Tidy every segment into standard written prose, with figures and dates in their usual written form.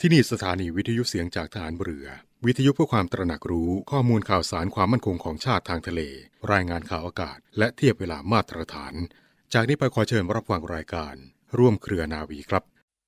ที่นี่สถานีวิทยุเสียงจากทหารเรือวิทยุเพื่อความตระหนักรู้ข้อมูลข่าวสารความมั่นคงของชาติทางทะเลรายงานข่าวอากาศและเทียบเวลามาตรฐานจากนี้ไปขอเชิญรับฟังรายการร่วมเครือนาวีครับ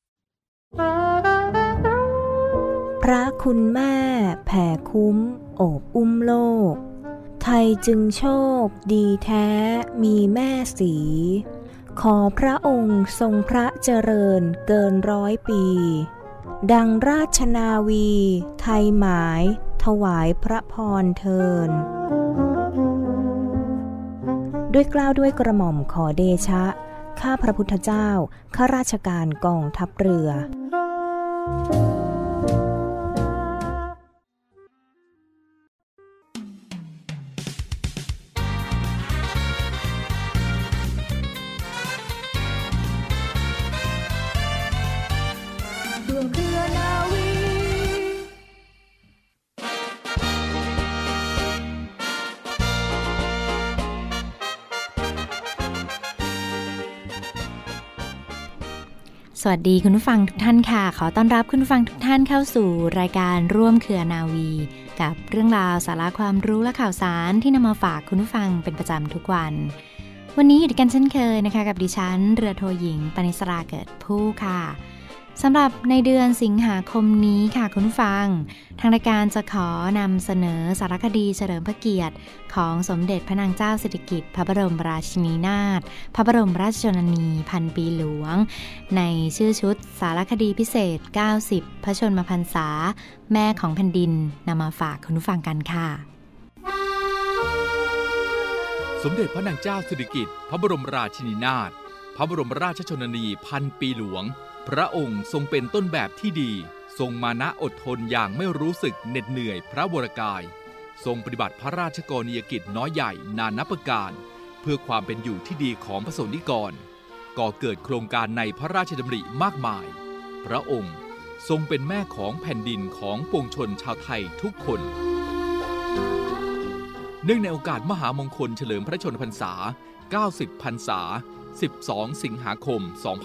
พระคุณแม่แผ่คุ้มโอบอุ้มโลกไทยจึงโชคดีแท้มีแม่สีขอพระองค์ทรงพระเจริญเกิน100 ปีดังราชนาวีไทยหมายถวายพระพรเทินด้วยเกล้าด้วยกระหม่อมขอเดชะข้าพระพุทธเจ้าข้าราชการกองทัพเรือสวัสดีคุณผู้ฟังทุกท่านค่ะขอต้อนรับคุณผู้ฟังทุกท่านเข้าสู่รายการร่วมเครือนาวีกับเรื่องราวสาระความรู้และข่าวสารที่นำมาฝากคุณผู้ฟังเป็นประจำทุกวันอยู่ด้วยกันเช่นเคยนะคะกับดิฉันเรือโทหญิงปณิสราเกิดผู้ค่ะสำหรับในเดือนสิงหาคมนี้ค่ะคุณผู้ฟังทางรายการจะขอนำเสนอสารคดีเฉลิมพระเกียรติของสมเด็จพระนางเจ้าสิริกิติ์พระบรมราชินีนาถพระบรมราชชนนีพันปีหลวงในชื่อชุดสารคดีพิเศษ90พระชนมพรรษาแม่ของแผ่นดินนำมาฝากคุณผู้ฟังกันค่ะสมเด็จพระนางเจ้าสิริกิติ์พระบรมราชินีนาถพระบรมราชชนนีพันปีหลวงพระองค์ทรงเป็นต้นแบบที่ดีทรงมานะอดทนอย่างไม่รู้สึกเหน็ดเหนื่อยพระวรกายทรงปฏิบัติพระราชกรณียกิจน้อยใหญ่นานับประการเพื่อความเป็นอยู่ที่ดีของพระสงฆ์นิกรก่อเกิดโครงการในพระราชดำริมากมายพระองค์ทรงเป็นแม่ของแผ่นดินของปวงชนชาวไทยทุกคนเนื่องในโอกาสมหามงคลเฉลิมพระชนมพรรษา90พรรษา12 สิงหาคม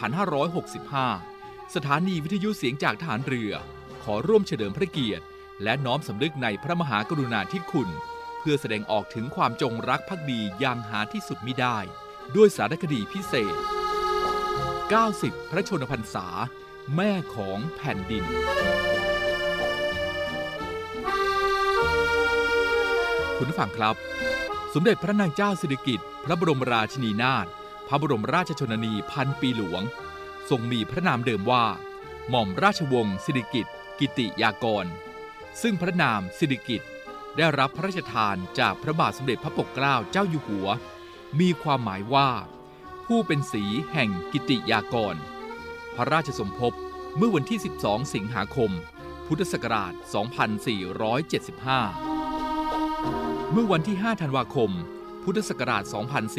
2565 สถานีวิทยุเสียงจากทหารเรือขอร่วมเฉลิมพระเกียรติและน้อมสำนึกในพระมหากรุณาธิคุณเพื่อแสดงออกถึงความจงรักภักดีอย่างหาที่สุดมิได้ด้วยสารคดีพิเศษ90พระชนมพรรษาแม่ของแผ่นดินคุณผู้ฟังครับสมเด็จพระนางเจ้าสิริกิติ์พระบรมราชินีนาถพระบรมราชชนนีพันปีหลวงทรงมีพระนามเดิมว่าหม่อมราชวงศ์สิริกิติ์กิติยากรซึ่งพระนามสิริกิติ์ได้รับพระราชทานจากพระบาทสมเด็จพระปกเกล้าเจ้าอยู่หัวมีความหมายว่าผู้เป็นศรีแห่งกิติยากรพระราชสมภพเมื่อวันที่12สิงหาคมพุทธศักราช2475เมื่อวันที่5ธันวาคมพุทธศักราช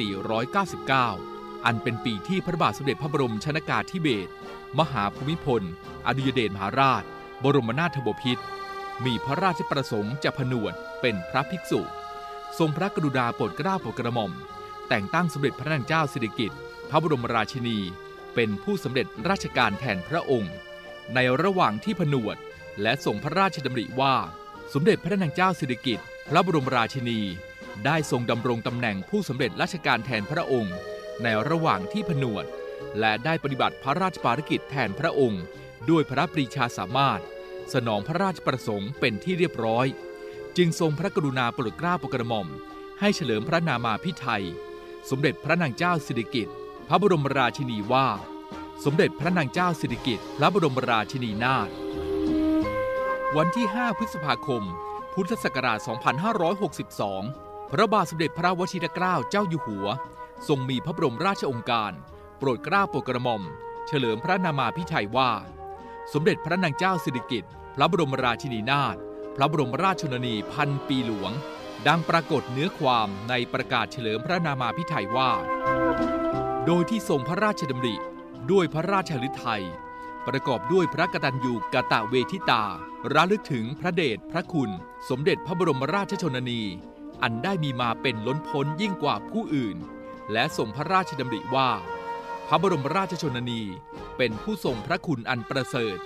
2499อันเป็นปีที่พระบาทสมเด็จพระบรมชนกาธิเบศรมหาภูมิพลอดุลยเดชมหาราชบรมนาถบพิตรมีพระราชประสงค์จะผนวดเป็นพระภิกษุทรงพระกรุณาโปรดเกล้าโปรดกระหม่อมแต่งตั้งสมเด็จพระนางเจ้าสิริกิติ์พระบรมราชินีเป็นผู้สำเร็จราชการแทนพระองค์ในระหว่างที่ผนวดและส่งพระราชดำริว่าสมเด็จพระนางเจ้าสิริกิติ์พระบรมราชินีได้ทรงดำรงตำแหน่งผู้สำเร็จราชการแทนพระองค์ในระหว่างที่ผนวดและได้ปฏิบัติพระราชภารกิจแทนพระองค์ด้วยพระปรีชาสามารถสนองพระราชประสงค์เป็นที่เรียบร้อยจึงทรงพระกรุณาโปรดเกล้าโปรดกระหม่อมให้เฉลิมพระนามาภิไธยสมเด็จพระนางเจ้าสิริกิติ์พระบรมราชินีว่าสมเด็จพระนางเจ้าสิริกิติ์พระบรมราชินีนาถวันที่5พฤษภาคมพุทธศักราช2562พระบาทสมเด็จพระวชิรเกล้าเจ้าอยู่หัวทรงมีพระบรมราชโองการโปรดเกล้าโปรดกระหม่อมเฉลิมพระนามาภิไธยว่าสมเด็จพระนางเจ้าสิริกิติ์พระบรมราชินีนาถพระบรมราชชนนีพันปีหลวงดังปรากฏเนื้อความในประกาศเฉลิมพระนามาภิไธยว่าโดยที่ทรงพระราชดำริด้วยพระราชฤทัยประกอบด้วยพระกตัญญูกตเวทิตาระลึกถึงพระเดชพระคุณสมเด็จพระบรมราชชนนีอันได้มีมาเป็นล้นพ้นยิ่งกว่าผู้อื่นและทรงพระราชดำริว่าพระบรมราชชนนีเป็นผู้ทรงพระคุณอันประเสริฐ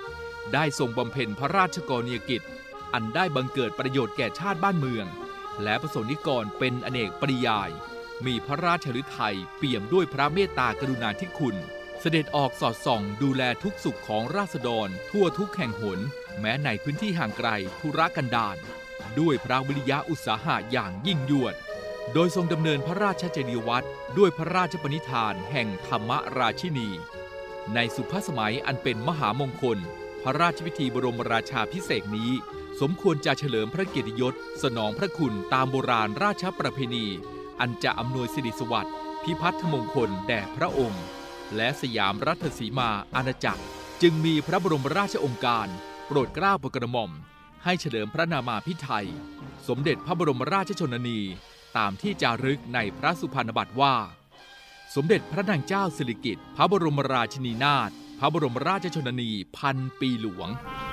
ได้ทรงบำเพ็ญพระราชกรณียกิจอันได้บังเกิดประโยชน์แก่ชาติบ้านเมืองและประสงค์นิกรเป็นอเนกปริยายมีพระราชฤทัยเปี่ยมด้วยพระเมตตากรุณาธิคุณเสด็จออกสอดส่องดูแลทุกสุขของราษฎรทั่วทุกแห่งหนแม้ในพื้นที่ห่างไกลทุรกันดารด้วยพระวิริยะอุตสาหะอย่างยิ่งยวดโดยทรงดำเนินพระราชจริยวัตรด้วยพระราชปณิธานแห่งธรรมราชินีในสุภาสมัยอันเป็นมหามงคลพระราชพิธีบรมราชาภิเษกนี้สมควรจะเฉลิมพระเกียรติยศสนองพระคุณตามโบราณราชประเพณีอันจะอำนวยสิริสวัสดิ์พิพัฒนมงคลแด่พระองค์และสยามรัฐสีมาอาณาจักรจึงมีพระบรมราชโองการโปรดเกล้าโปรดกระหม่อมให้เฉลิมพระนามาภิไธยสมเด็จพระบรมราชชนนีตามที่จารึกในพระสุพรรณบัตรว่าสมเด็จพระนางเจ้าสิริกิติ์พระบรมราชินีนาถพระบรมราชชนนีพันปีหลวง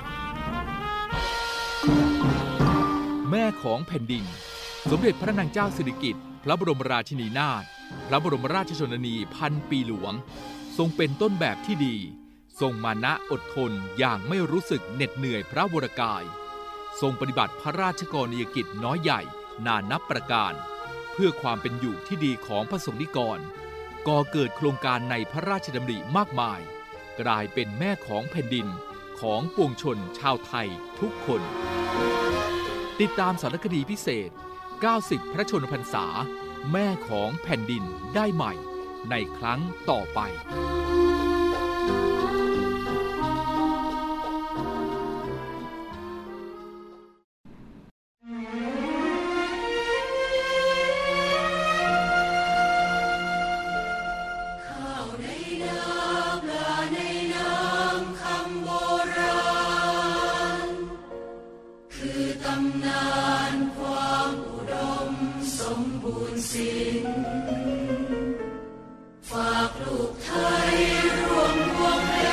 แม่ของแผ่นดินสมเด็จพระนางเจ้าสิริกิติ์พระบรมราชินีนาถพระบรมราชชนนีพันปีหลวงทรงเป็นต้นแบบที่ดีทรงมานะอดทนอย่างไม่รู้สึกเหน็ดเหนื่อยพระวรกายทรงปฏิบัติพระราชกรณียกิจน้อยใหญ่นานับประการเพื่อความเป็นอยู่ที่ดีของพระสงฆ์นิกรก่อเกิดโครงการในพระราชดำริมากมายกลายเป็นแม่ของแผ่นดินของปวงชนชาวไทยทุกคนติดตามสารคดีพิเศษ90 พระชนมพรรษาแม่ของแผ่นดินได้ใหม่ในครั้งต่อไปฝากลูกไทยร่วมวงแห่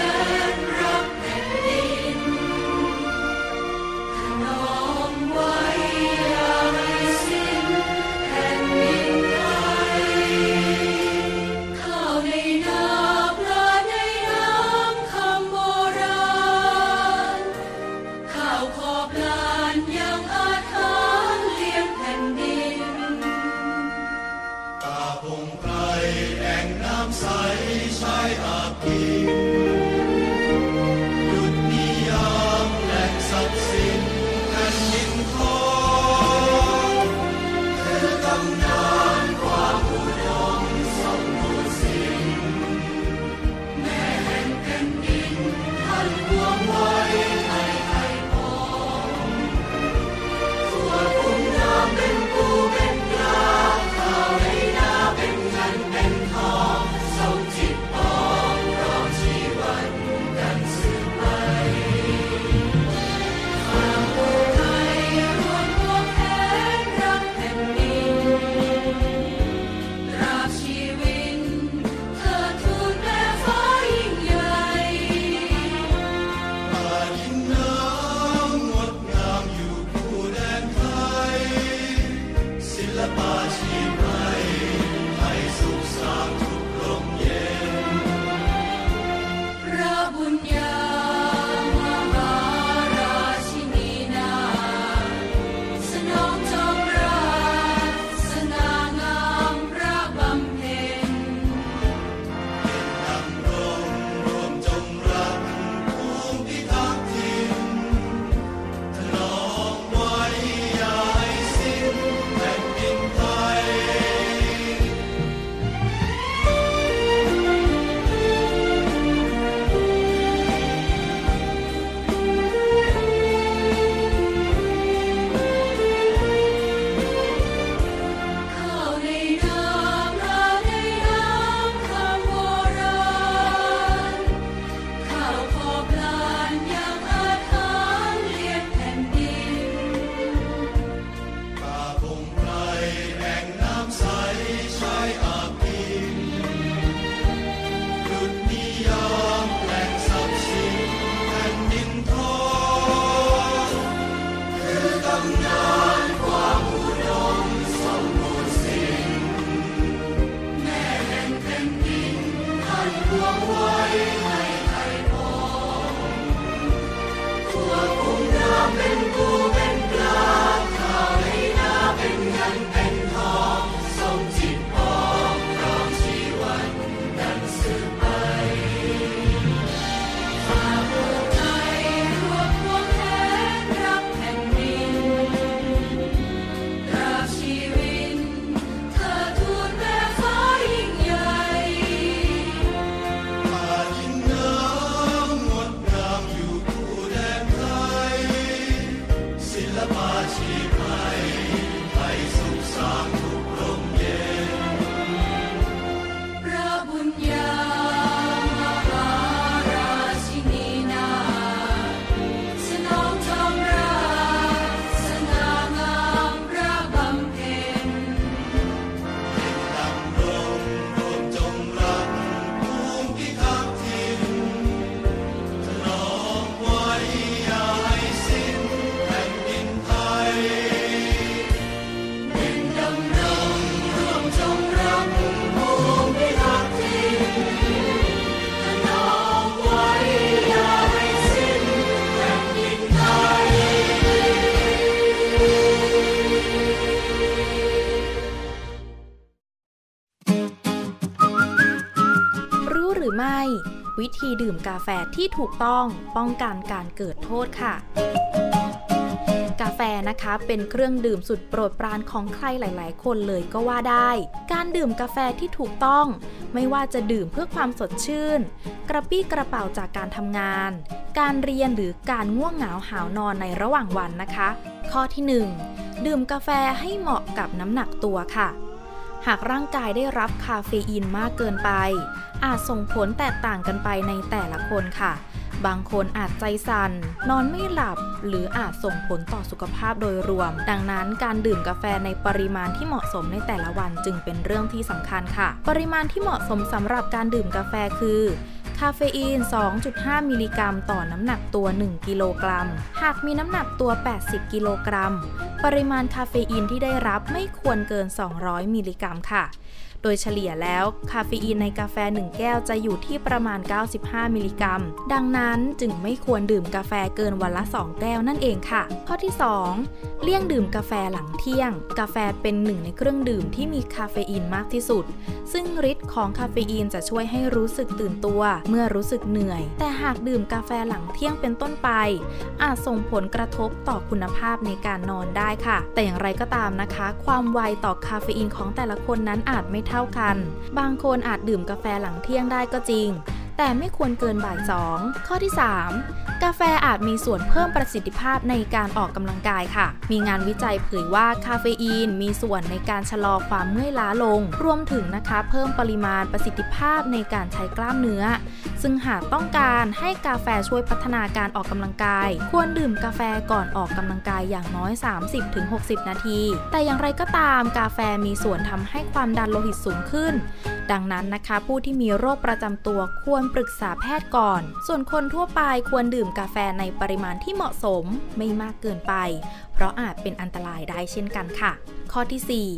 วิธีดื่มกาแฟที่ถูกต้องป้องกันการเกิดโทษค่ะกาแฟนะคะเป็นเครื่องดื่มสุดโปรดปรานของใครหลายๆคนเลยก็ว่าได้การดื่มกาแฟที่ถูกต้องไม่ว่าจะดื่มเพื่อความสดชื่นกระปี้กระเป๋าจากการทำงานการเรียนหรือการง่วงเหงาหาวนอนในระหว่างวันนะคะข้อที่ 1 ดื่มกาแฟให้เหมาะกับน้ำหนักตัวค่ะหากร่างกายได้รับคาเฟอีนมากเกินไปอาจส่งผลแตกต่างกันไปในแต่ละคนค่ะบางคนอาจใจสั่นนอนไม่หลับหรืออาจส่งผลต่อสุขภาพโดยรวมดังนั้นการดื่มกาแฟในปริมาณที่เหมาะสมในแต่ละวันจึงเป็นเรื่องที่สำคัญค่ะปริมาณที่เหมาะสมสำหรับการดื่มกาแฟคือคาเฟอีน 2.5 มิลลิกรัมต่อน้ำหนักตัว 1 กิโลกรัมหากมีน้ำหนักตัว 80 กิโลกรัมปริมาณคาเฟอีนที่ได้รับไม่ควรเกิน 200 มิลลิกรัมค่ะโดยเฉลี่ยแล้วคาเฟอีนในกาแฟ1แก้วจะอยู่ที่ประมาณ95มิลลิกรัมดังนั้นจึงไม่ควรดื่มกาแฟเกินวันละ2แก้วนั่นเองค่ะข้อที่2เลี่ยงดื่มกาแฟหลังเที่ยงกาแฟเป็นหนึ่งในเครื่องดื่มที่มีคาเฟอีนมากที่สุดซึ่งฤทธิ์ของคาเฟอีนจะช่วยให้รู้สึกตื่นตัวเมื่อรู้สึกเหนื่อยแต่หากดื่มกาแฟหลังเที่ยงเป็นต้นไปอาจส่งผลกระทบต่อคุณภาพในการนอนได้ค่ะแต่อย่างไรก็ตามนะคะความไวต่อคาเฟอีนของแต่ละคนนั้นอาจไม่เท่ากันบางคนอาจดื่มกาแฟหลังเที่ยงได้ก็จริงแต่ไม่ควรเกินบ่าย 2ข้อที่ 3กาแฟอาจมีส่วนเพิ่มประสิทธิภาพในการออกกำลังกายค่ะมีงานวิจัยเผยว่าคาเฟอีนมีส่วนในการชะลอความเมื่อยล้าลงรวมถึงนะคะเพิ่มปริมาณประสิทธิภาพในการใช้กล้ามเนื้อซึ่งหากต้องการให้กาแฟช่วยพัฒนาการออกกำลังกายควรดื่มกาแฟก่อนออกกำลังกายอย่างน้อย 30-60 นาทีแต่อย่างไรก็ตามกาแฟมีส่วนทำให้ความดันโลหิตสูงขึ้นดังนั้นนะคะผู้ที่มีโรคประจำตัวควรปรึกษาแพทย์ก่อนส่วนคนทั่วไปควรดื่มกาแฟในปริมาณที่เหมาะสมไม่มากเกินไปเพราะอาจเป็นอันตรายได้เช่นกันค่ะข้อที่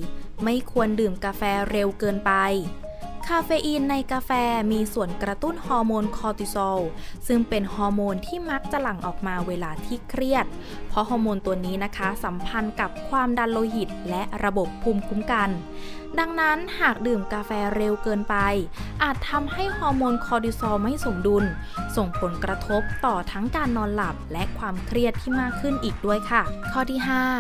4 ไม่ควรดื่มกาแฟเร็วเกินไปคาเฟอีนในกาแฟมีส่วนกระตุ้นฮอร์โมนคอร์ติซอลซึ่งเป็นฮอร์โมนที่มักจะหลั่งออกมาเวลาที่เครียดเพราะฮอร์โมนตัวนี้นะคะสัมพันธ์กับความดันโลหิตและระบบภูมิคุ้มกันดังนั้นหากดื่มกาแฟเร็วเกินไปอาจทำให้ฮอร์โมนคอร์ติซอลไม่สมดุลส่งผลกระทบต่อทั้งการนอนหลับและความเครียดที่มากขึ้นอีกด้วยค่ะข้อที่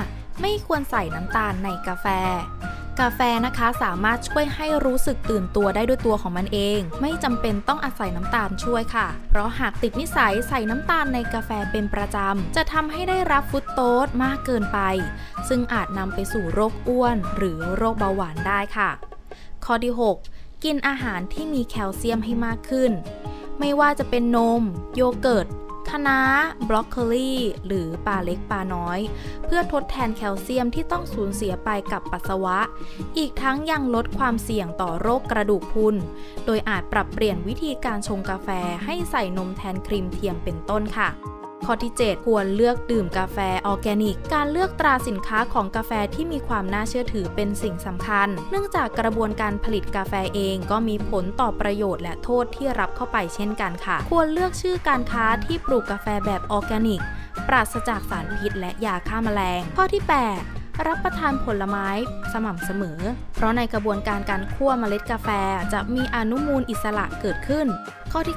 5 ไม่ควรใส่น้ำตาลในกาแฟกาแฟนะคะสามารถช่วยให้รู้สึกตื่นตัวได้ด้วยตัวของมันเองไม่จำเป็นต้องอาศัยน้ำตาลช่วยค่ะเพราะหากติดนิสัยใส่น้ำตาลในกาแฟเป็นประจำจะทำให้ได้รับฟรุกโตสมากเกินไปซึ่งอาจนำไปสู่โรคอ้วนหรือโรคเบาหวานได้ค่ะข้อที่ 6 กินอาหารที่มีแคลเซียมให้มากขึ้นไม่ว่าจะเป็นนมโยเกิร์ตคะน้าบรอกโคลีหรือปลาเล็กปลาน้อยเพื่อทดแทนแคลเซียมที่ต้องสูญเสียไปกับปัสสาวะอีกทั้งยังลดความเสี่ยงต่อโรคกระดูกพรุนโดยอาจปรับเปลี่ยนวิธีการชงกาแฟให้ใส่นมแทนครีมเทียมเป็นต้นค่ะข้อที่ 7 ควรเลือกดื่มกาแฟออร์แกนิกการเลือกตราสินค้าของกาแฟที่มีความน่าเชื่อถือเป็นสิ่งสำคัญเนื่องจากกระบวนการผลิตกาแฟเองก็มีผลต่อประโยชน์และโทษที่รับเข้าไปเช่นกันค่ะควรเลือกชื่อการค้าที่ปลูกกาแฟแบบออร์แกนิกปราศจากสารพิษและยาฆ่าแมลงข้อที่ 8 รับประทานผลไม้สม่ำเสมอเพราะในกระบวนการการคั่วเมล็ดกาแฟจะมีอนุมูลอิสระเกิดขึ้นข้อที่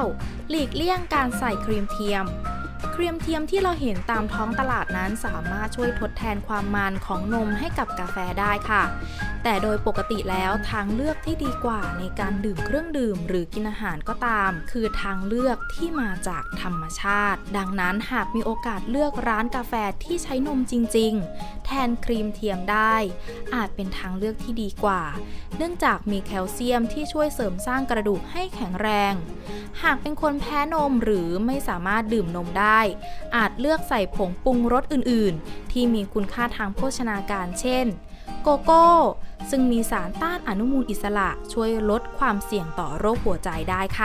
9 หลีกเลี่ยงการใส่ครีมเทียมครีมเทียมที่เราเห็นตามท้องตลาดนั้นสามารถช่วยทดแทนความมันของนมให้กับกาแฟได้ค่ะแต่โดยปกติแล้วทางเลือกที่ดีกว่าในการดื่มเครื่องดื่มหรือกินอาหารก็ตามคือทางเลือกที่มาจากธรรมชาติดังนั้นหากมีโอกาสเลือกร้านกาแฟที่ใช้นมจริงๆแทนครีมเทียมได้อาจเป็นทางเลือกที่ดีกว่าเนื่องจากมีแคลเซียมที่ช่วยเสริมสร้างกระดูกให้แข็งแรงหากเป็นคนแพ้นมหรือไม่สามารถดื่มนมได้อาจเลือกใส่ผงปรุงรสอื่นๆที่มีคุณค่าทางโภชนาการเช่นโกโก้ซึ่งมีสารต้านอนุมูลอิสระช่วยลดความเสี่ยงต่อโรคหัวใจได้ค่ะ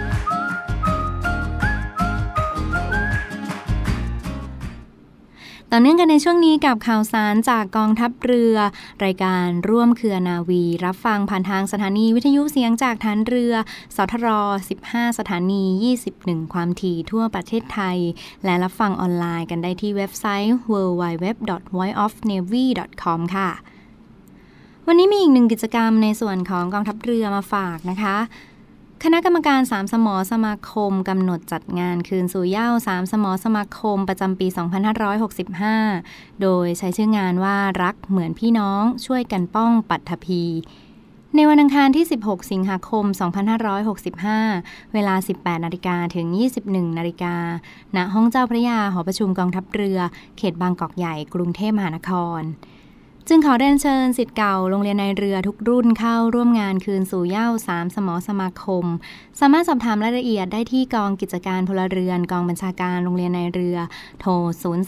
ต่อเนื่องกันในช่วงนี้กับข่าวสารจากกองทัพเรือรายการร่วมเครือนาวีรับฟังผ่านทางสถานีวิทยุเสียงจากฐานเรือสทร15สถานี21ความถี่ทั่วประเทศไทยและรับฟังออนไลน์กันได้ที่เว็บไซต์ www.voiceofnavy.com ค่ะวันนี้มีอีกหนึ่งกิจกรรมในส่วนของกองทัพเรือมาฝากนะคะคณะกรรมการสามสมอสมาคมกำหนดจัดงานคืนสู่เหย้าสามสมอสมาคมประจำปี 2565 โดยใช้ชื่องานว่ารักเหมือนพี่น้องช่วยกันป้องปัตภีในวันอังคารที่ 16 สิงหาคม 2565 เวลา 18 นาฬิกาถึง 21 นาฬิกา ณ ห้องเจ้าพระยาหอประชุมกองทัพเรือ เขตบางกอกใหญ่ กรุงเทพมหานคร จึงขอเรียนเชิญศิษย์เก่าโรงเรียนนายเรือทุกรุ่นเข้าร่วมงานคืนสู่เหย้าสามสมอสมาคมสามารถสอบถามรายละเอียดได้ที่กองกิจการพลเรือนกองบัญชาการโรงเรียนนายเรือโทร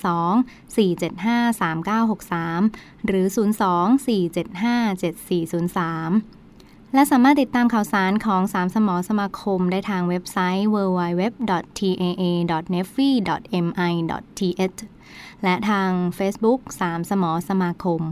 02-475-3963 หรือ 02-475-7403 และสามารถติดตามข่าวสารของสามสมอสมาคมได้ทางเว็บไซต์ www.taa.navy.mi.th และทาง Facebook สามสมอสมาคม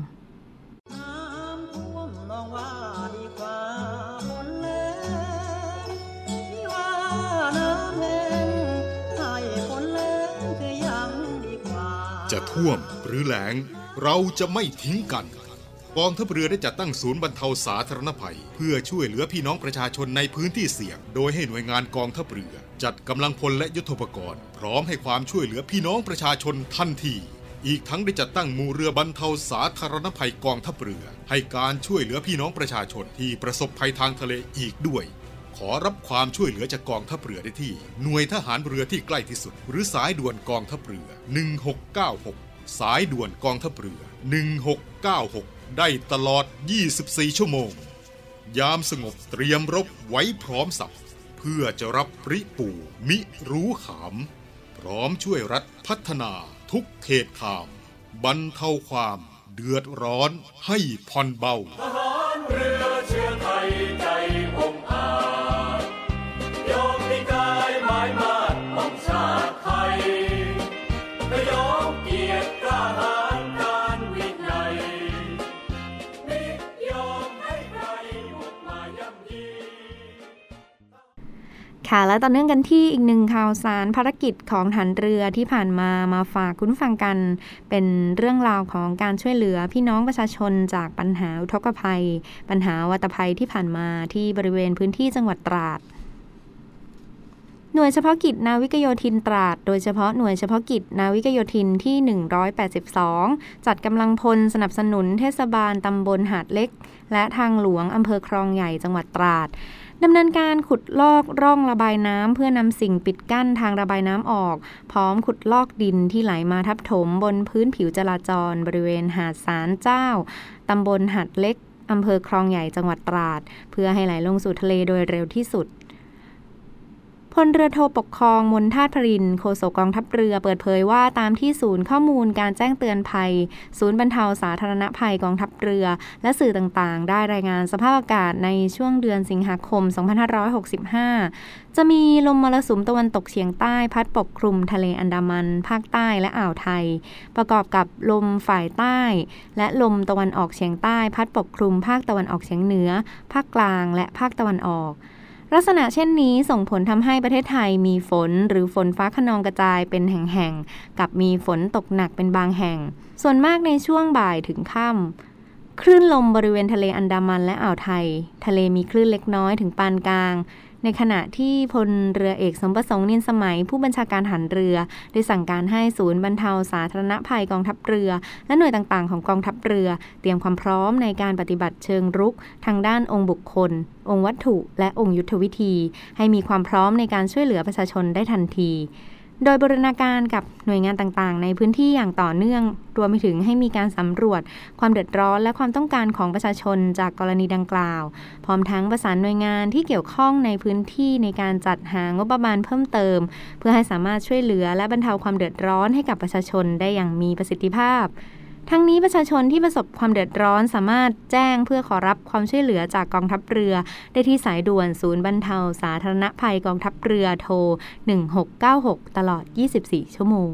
จะท่วมหรือแล้งเราจะไม่ทิ้งกันกองทัพเรือได้จัดตั้งศูนย์บรรเทาสาธารณภัยเพื่อช่วยเหลือพี่น้องประชาชนในพื้นที่เสี่ยงโดยให้หน่วยงานกองทัพเรือจัดกำลังพลและยุทโธปกรณ์พร้อมให้ความช่วยเหลือพี่น้องประชาชนทันทีอีกทั้งได้จัดตั้งหมู่เรือบรรเทาสาธารณภัยกองทัพเรือให้การช่วยเหลือพี่น้องประชาชนที่ประสบภัยทางทะเลอีกด้วยขอรับความช่วยเหลือจากกองทัพเรือได้ที่หน่วยทหารเรือที่ใกล้ที่สุดหรือสายด่วนกองทัพเรือ1696สายด่วนกองทัพเรือ1696ได้ตลอด24ชั่วโมงยามสงบเตรียมรบไว้พร้อมสับเพื่อจะรับปริปู่มิรู้ขามพร้อมช่วยรัฐพัฒนาทุกเขตขามบรรเทาความเดือดร้อนให้ผ่อนเบาทหารเรือเชื้อไทยใจองอาจยอมมีกายหมายมาดของชาติไทยและยอมเกียรติกล้าหาญการวินัยมิยอมให้ใครบุกมาย่ำยีค่ะและต่อเนื่องกันที่อีกหนึ่งข่าวสารภารกิจของฐานเรือที่ผ่านมาฝากคุณฟังกันเป็นเรื่องราวของการช่วยเหลือพี่น้องประชาชนจากปัญหาอุทกภัยปัญหาวัตภัยที่ผ่านมาที่บริเวณพื้นที่จังหวัดตราดหน่วยเฉพาะกิจนาวิกโยธินตราดโดยเฉพาะหน่วยเฉพาะกิจนาวิกโยธินที่182จัดกำลังพลสนับสนุนเทศบาลตำบลหาดเล็กและทางหลวงอำเภอคลองใหญ่จังหวัดตราดดำเนินการขุดลอกร่องระบายน้ำเพื่อนำสิ่งปิดกั้นทางระบายน้ำออกพร้อมขุดลอกดินที่ไหลมาทับถมบนพื้นผิวจราจรบริเวณหาดศาลเจ้าตำบลหาดเล็กอำเภอคลองใหญ่จังหวัดตราดเพื่อให้ไหลลงสู่ทะเลโดยเร็วที่สุดพลเรือโทปกครองมนทาตพรินทร์โฆษกกองทัพเรือเปิดเผยว่าตามที่ศูนย์ข้อมูลการแจ้งเตือนภัยศูนย์บรรเทาสาธารณภัยกองทัพเรือและสื่อต่างๆได้รายงานสภาพอากาศในช่วงเดือนสิงหาคม 2565 จะมีลมมรสุมตะวันตกเฉียงใต้พัดปกคลุมทะเลอันดามันภาคใต้และอ่าวไทยประกอบกับลมฝ่ายใต้และลมตะวันออกเฉียงใต้พัดปกคลุมภาคตะวันออกเฉียงเหนือภาคกลางและภาคตะวันออกลักษณะเช่นนี้ส่งผลทำให้ประเทศไทยมีฝนหรือฝนฟ้าคะนองกระจายเป็นแห่งๆกับมีฝนตกหนักเป็นบางแห่งส่วนมากในช่วงบ่ายถึงค่ำคลื่นลมบริเวณทะเลอันดามันและอ่าวไทยทะเลมีคลื่นเล็กน้อยถึงปานกลางในขณะที่พลเรือเอกสมประสงค์นินสมัยผู้บัญชาการทหารเรือได้สั่งการให้ศูนย์บรรเทาสาธารณภัยกองทัพเรือและหน่วยต่างๆของกองทัพเรือเตรียมความพร้อมในการปฏิบัติเชิงรุกทางด้านองค์บุคคลองค์วัตถุและองค์ยุทธวิธีให้มีความพร้อมในการช่วยเหลือประชาชนได้ทันทีโดยบูรณาการกับหน่วยงานต่างๆในพื้นที่อย่างต่อเนื่องรวมไปถึงให้มีการสำรวจความเดือดร้อนและความต้องการของประชาชนจากกรณีดังกล่าวพร้อมทั้งประสานหน่วยงานที่เกี่ยวข้องในพื้นที่ในการจัดหางบประมาณเพิ่มเติมเพื่อให้สามารถช่วยเหลือและบรรเทาความเดือดร้อนให้กับประชาชนได้อย่างมีประสิทธิภาพทั้งนี้ประชาชนที่ประสบความเดือดร้อนสามารถแจ้งเพื่อขอรับความช่วยเหลือจากกองทัพเรือได้ที่สายด่วนศูนย์บรรเทาสาธารณภัยกองทัพเรือโทร1696ตลอด24ชั่วโมง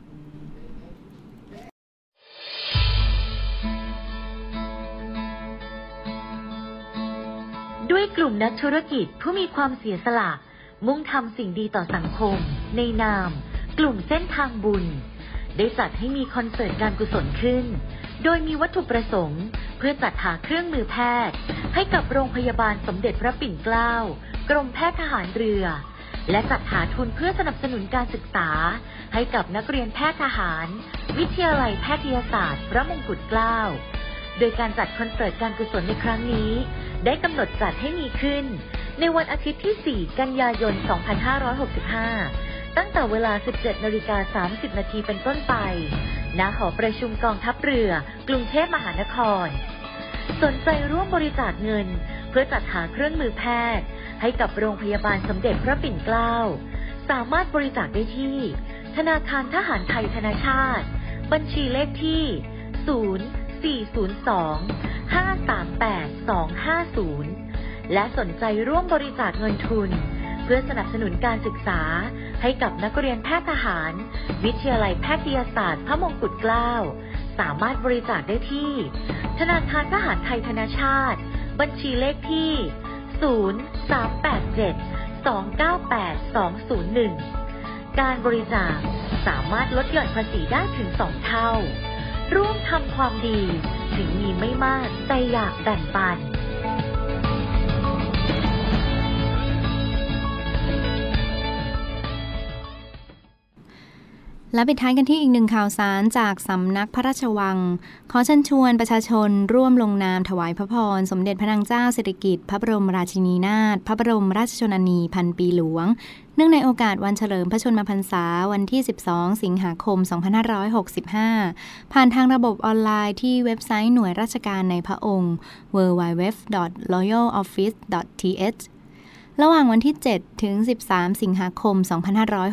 ด้วยกลุ่มนักธุรกิจผู้มีความเสียสละมุ่งทำสิ่งดีต่อสังคมในนามกลุ่มเส้นทางบุญได้จัดให้มีคอนเสิร์ตการกุศลขึ้นโดยมีวัตถุประสงค์เพื่อจัดหาเครื่องมือแพทย์ให้กับโรงพยาบาลสมเด็จพระปิ่นเกล้ากกรมแพทย์ทหารเรือและจัดหาทุนเพื่อสนับสนุนการศึกษาให้กับนักเรียนแพทย์ทหารวิทยาลัยแพทยศาสตร์พระมงกุฎเกล้าโดยการจัดคอนเสิร์ตการกุศลในครั้งนี้ได้กำหนดจัดให้มีขึ้นในวันอาทิตย์ที่ 4 กันยายน 2565 ตั้งแต่เวลา 17:30 น.เป็นต้นไปณ หอประชุมกองทัพเรือกรุงเทพมหานครสนใจร่วมบริจาคเงินเพื่อจัดหาเครื่องมือแพทย์ให้กับโรงพยาบาลสมเด็จพระปิ่นเกล้าสามารถบริจาคได้ที่ธนาคารทหารไทยธนชาติบัญชีเลขที่ 0402-538-250 และสนใจร่วมบริจาคเงินทุนเพื่อสนับสนุนการศึกษาให้กับนักเรียนแพทย์ทหารวิทยาลัยแพทยศาสตร์พระมงกุฎเกล้าสามารถบริจาคได้ที่ธนาคารทหารไทยธนชาติบัญชีเลขที่ 0387-298-201 การบริจาคสามารถลดหย่อนภาษีได้ถึง 2 เท่าร่วมทำความดีถึงมีไม่มากแต่อยากแบ่งปันและปิดท้ายกันที่อีกหนึ่งข่าวสารจากสำนักพระราชวังขอเชิญชวนประชาชนร่วมลงนามถวายพระพรสมเด็จพระนางเจ้าสิริกิติ์พระบรมราชินีนาถพระบรมราชชนนีพันปีหลวงเนื่องในโอกาสวันเฉลิมพระชนมพรรษาวันที่ 12 สิงหาคม 2565 ผ่านทางระบบออนไลน์ที่เว็บไซต์หน่วยราชการในพระองค์ www.royaloffice.th ระหว่างวันที่ 7 ถึง 13 สิงหาคม 2565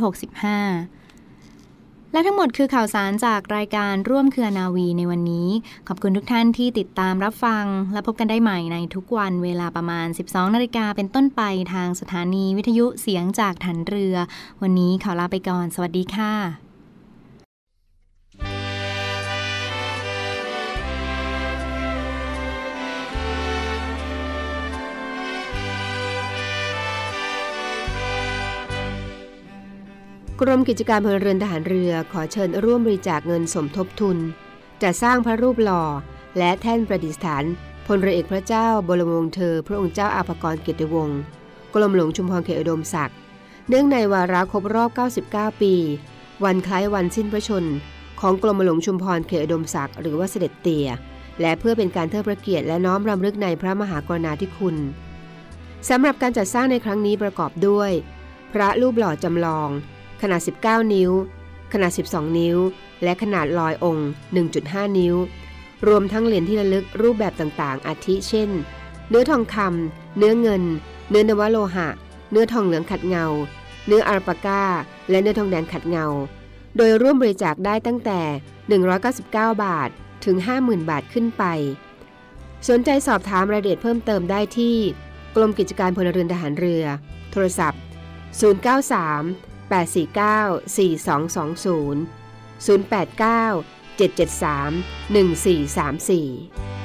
และทั้งหมดคือข่าวสารจากรายการร่วมเครือนาวีในวันนี้ขอบคุณทุกท่านที่ติดตามรับฟังและพบกันได้ใหม่ในทุกวันเวลาประมาณ 12:00 น.เป็นต้นไปทางสถานีวิทยุเสียงจากฐานเรือวันนี้ขอลาไปก่อนสวัสดีค่ะกรมกิจการพลเรือนทหารเรือขอเชิญร่วมบริจาคเงินสมทบทุนจัดสร้างพระรูปหล่อและแท่นประดิษฐานพลเรือเอกพระเจ้าบรมวงศ์เธอพระองค์เจ้าอาภากรเกียรติวงศ์กรมหลวงชุมพรเขตอุดมศักดิ์เนื่องในวาระครบรอบ99 ปีวันคล้ายวันสิ้นพระชนม์ของกรมหลวงชุมพรเขตอุดมศักดิ์หรือว่าเสด็จเตี่ยและเพื่อเป็นการเทิดพระเกียรติและน้อมรำลึกในพระมหากรุณาธิคุณสำหรับการจัดสร้างในครั้งนี้ประกอบด้วยพระรูปหล่อจำลองขนาด19 นิ้วขนาด12 นิ้วและขนาดลอยองค์ 1.5 นิ้วรวมทั้งเหรียญที่ระลึกรูปแบบต่างๆอาทิเช่นเนื้อทองคำเนื้อเงินเนื้อนวโลหะเนื้อทองเหลืองขัดเงาเนื้ออัลปาก้าและเนื้อทองแดงขัดเงาโดยร่วมบริจาคได้ตั้งแต่199 บาทถึง 50,000 บาทขึ้นไปสนใจสอบถามรายละเอียดเพิ่มเติมได้ที่กรมกิจการพลเรือนทหารเรือโทรศัพท์093-849-4220 089-773-1434